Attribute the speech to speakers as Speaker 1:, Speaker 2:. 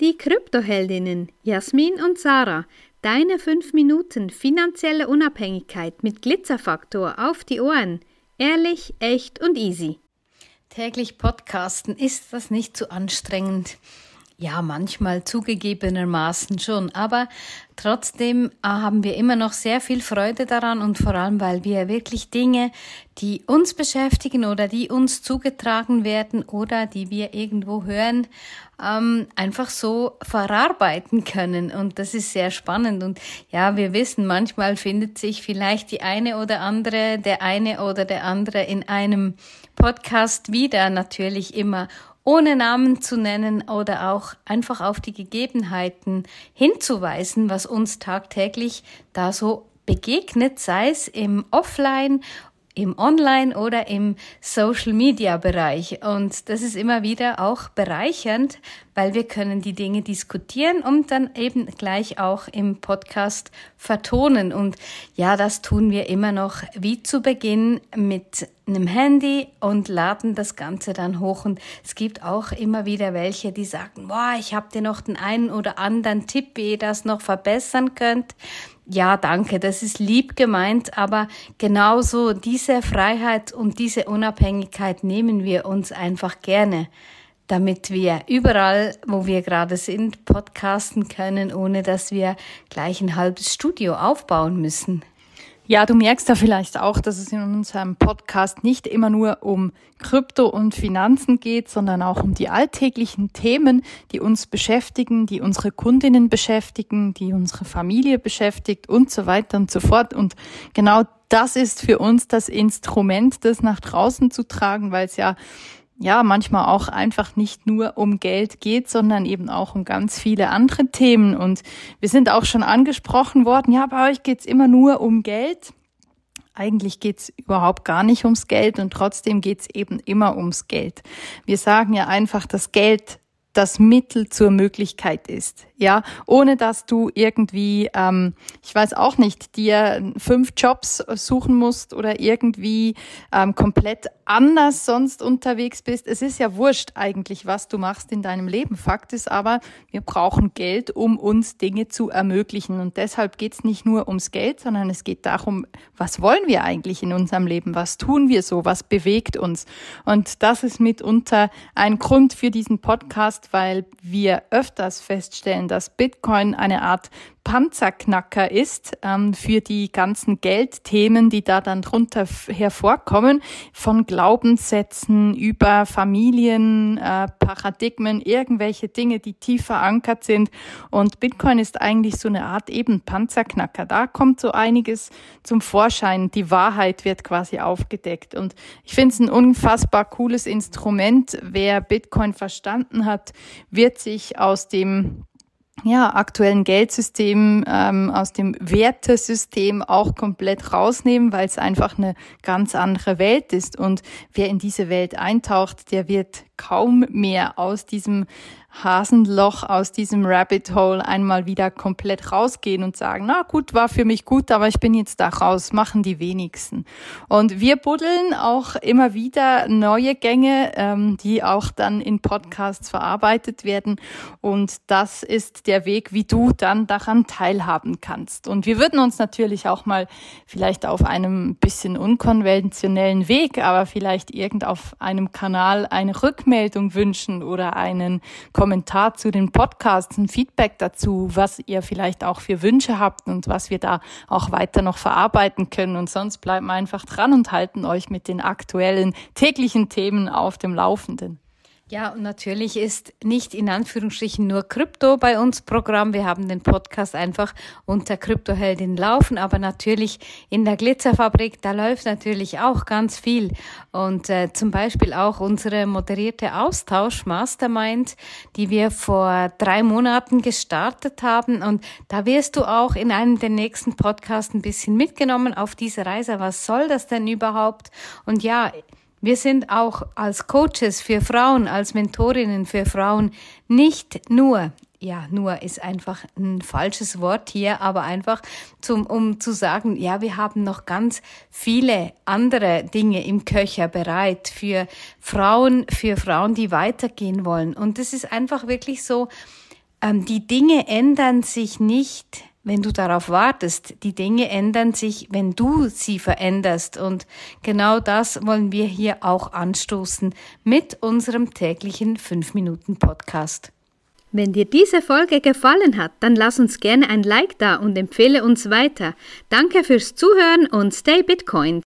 Speaker 1: Die Kryptoheldinnen Jasmin und Sarah, deine 5 Minuten finanzielle Unabhängigkeit mit Glitzerfaktor auf die Ohren. Ehrlich, echt und easy.
Speaker 2: Täglich podcasten, ist das nicht zu anstrengend? Ja, manchmal zugegebenermaßen schon, aber trotzdem haben wir immer noch sehr viel Freude daran und vor allem, weil wir wirklich Dinge, die uns beschäftigen oder die uns zugetragen werden oder die wir irgendwo hören, einfach so verarbeiten können, und das ist sehr spannend. Und ja, wir wissen, manchmal findet sich vielleicht der eine oder der andere in einem Podcast wieder, natürlich immer ohne Namen zu nennen oder auch einfach auf die Gegebenheiten hinzuweisen, was uns tagtäglich da so begegnet, sei es im Offline, im Online- oder im Social-Media-Bereich. Und das ist immer wieder auch bereichernd, weil wir können die Dinge diskutieren und dann eben gleich auch im Podcast vertonen. Und ja, das tun wir immer noch wie zu Beginn mit einem Handy und laden das Ganze dann hoch. Und es gibt auch immer wieder welche, die sagen, boah, ich habe dir noch den einen oder anderen Tipp, wie ihr das noch verbessern könnt. Ja, danke, das ist lieb gemeint, aber genauso diese Freiheit und diese Unabhängigkeit nehmen wir uns einfach gerne, damit wir überall, wo wir gerade sind, podcasten können, ohne dass wir gleich ein halbes Studio aufbauen müssen.
Speaker 3: Ja, du merkst ja vielleicht auch, dass es in unserem Podcast nicht immer nur um Krypto und Finanzen geht, sondern auch um die alltäglichen Themen, die uns beschäftigen, die unsere Kundinnen beschäftigen, die unsere Familie beschäftigt und so weiter und so fort. Und genau das ist für uns das Instrument, das nach draußen zu tragen, weil es ja manchmal auch einfach nicht nur um Geld geht, sondern eben auch um ganz viele andere Themen. Und wir sind auch schon angesprochen worden, ja, bei euch geht's immer nur um Geld. Eigentlich geht's überhaupt gar nicht ums Geld und trotzdem geht's eben immer ums Geld. Wir sagen ja einfach, dass Geld das Mittel zur Möglichkeit ist, ja, ohne dass du irgendwie, ich weiß auch nicht, dir 5 Jobs suchen musst oder irgendwie komplett anders sonst unterwegs bist. Es ist ja wurscht eigentlich, was du machst in deinem Leben. Fakt ist aber, wir brauchen Geld, um uns Dinge zu ermöglichen. Und deshalb geht's nicht nur ums Geld, sondern es geht darum, was wollen wir eigentlich in unserem Leben? Was tun wir so? Was bewegt uns? Und das ist mitunter ein Grund für diesen Podcast, weil wir öfters feststellen, dass Bitcoin eine Art Panzerknacker ist für die ganzen Geldthemen, die da dann drunter hervorkommen, von Glaubenssätzen über Familien, Paradigmen, irgendwelche Dinge, die tief verankert sind. Und Bitcoin ist eigentlich so eine Art eben Panzerknacker. Da kommt so einiges zum Vorschein. Die Wahrheit wird quasi aufgedeckt. Und ich finde es ein unfassbar cooles Instrument. Wer Bitcoin verstanden hat, wird sich aus dem aktuellen Geldsystem, aus dem Wertesystem auch komplett rausnehmen, weil es einfach eine ganz andere Welt ist. Und wer in diese Welt eintaucht, der wird kaum mehr aus diesem Hasenloch, aus diesem Rabbit Hole einmal wieder komplett rausgehen und sagen, na gut, war für mich gut, aber ich bin jetzt da raus, machen die wenigsten. Und wir buddeln auch immer wieder neue Gänge, die auch dann in Podcasts verarbeitet werden. Und das ist der Weg, wie du dann daran teilhaben kannst. Und wir würden uns natürlich auch mal vielleicht auf einem bisschen unkonventionellen Weg, aber vielleicht auf einem Kanal eine Rückmeldung wünschen oder einen Kommentar zu den Podcasts, ein Feedback dazu, was ihr vielleicht auch für Wünsche habt und was wir da auch weiter noch verarbeiten können. Und sonst bleiben wir einfach dran und halten euch mit den aktuellen täglichen Themen auf dem Laufenden.
Speaker 2: Ja, und natürlich ist nicht in Anführungsstrichen nur Krypto bei uns Programm. Wir haben den Podcast einfach unter Kryptoheldin laufen, aber natürlich in der Glitzerfabrik, da läuft natürlich auch ganz viel. Und zum Beispiel auch unsere moderierte Austausch Mastermind, die wir vor 3 Monaten gestartet haben. Und da wirst du auch in einem der nächsten Podcasts ein bisschen mitgenommen auf diese Reise. Was soll das denn überhaupt? Und ja, wir sind auch als Coaches für Frauen, als Mentorinnen für Frauen nicht nur ist einfach ein falsches Wort hier, aber einfach um zu sagen, ja, wir haben noch ganz viele andere Dinge im Köcher bereit für Frauen, die weitergehen wollen. Und es ist einfach wirklich so, Die Dinge ändern sich nicht, wenn du darauf wartest. Die Dinge ändern sich, wenn du sie veränderst. Und genau das wollen wir hier auch anstoßen mit unserem täglichen 5-Minuten-Podcast.
Speaker 1: Wenn dir diese Folge gefallen hat, dann lass uns gerne ein Like da und empfehle uns weiter. Danke fürs Zuhören und stay Bitcoin.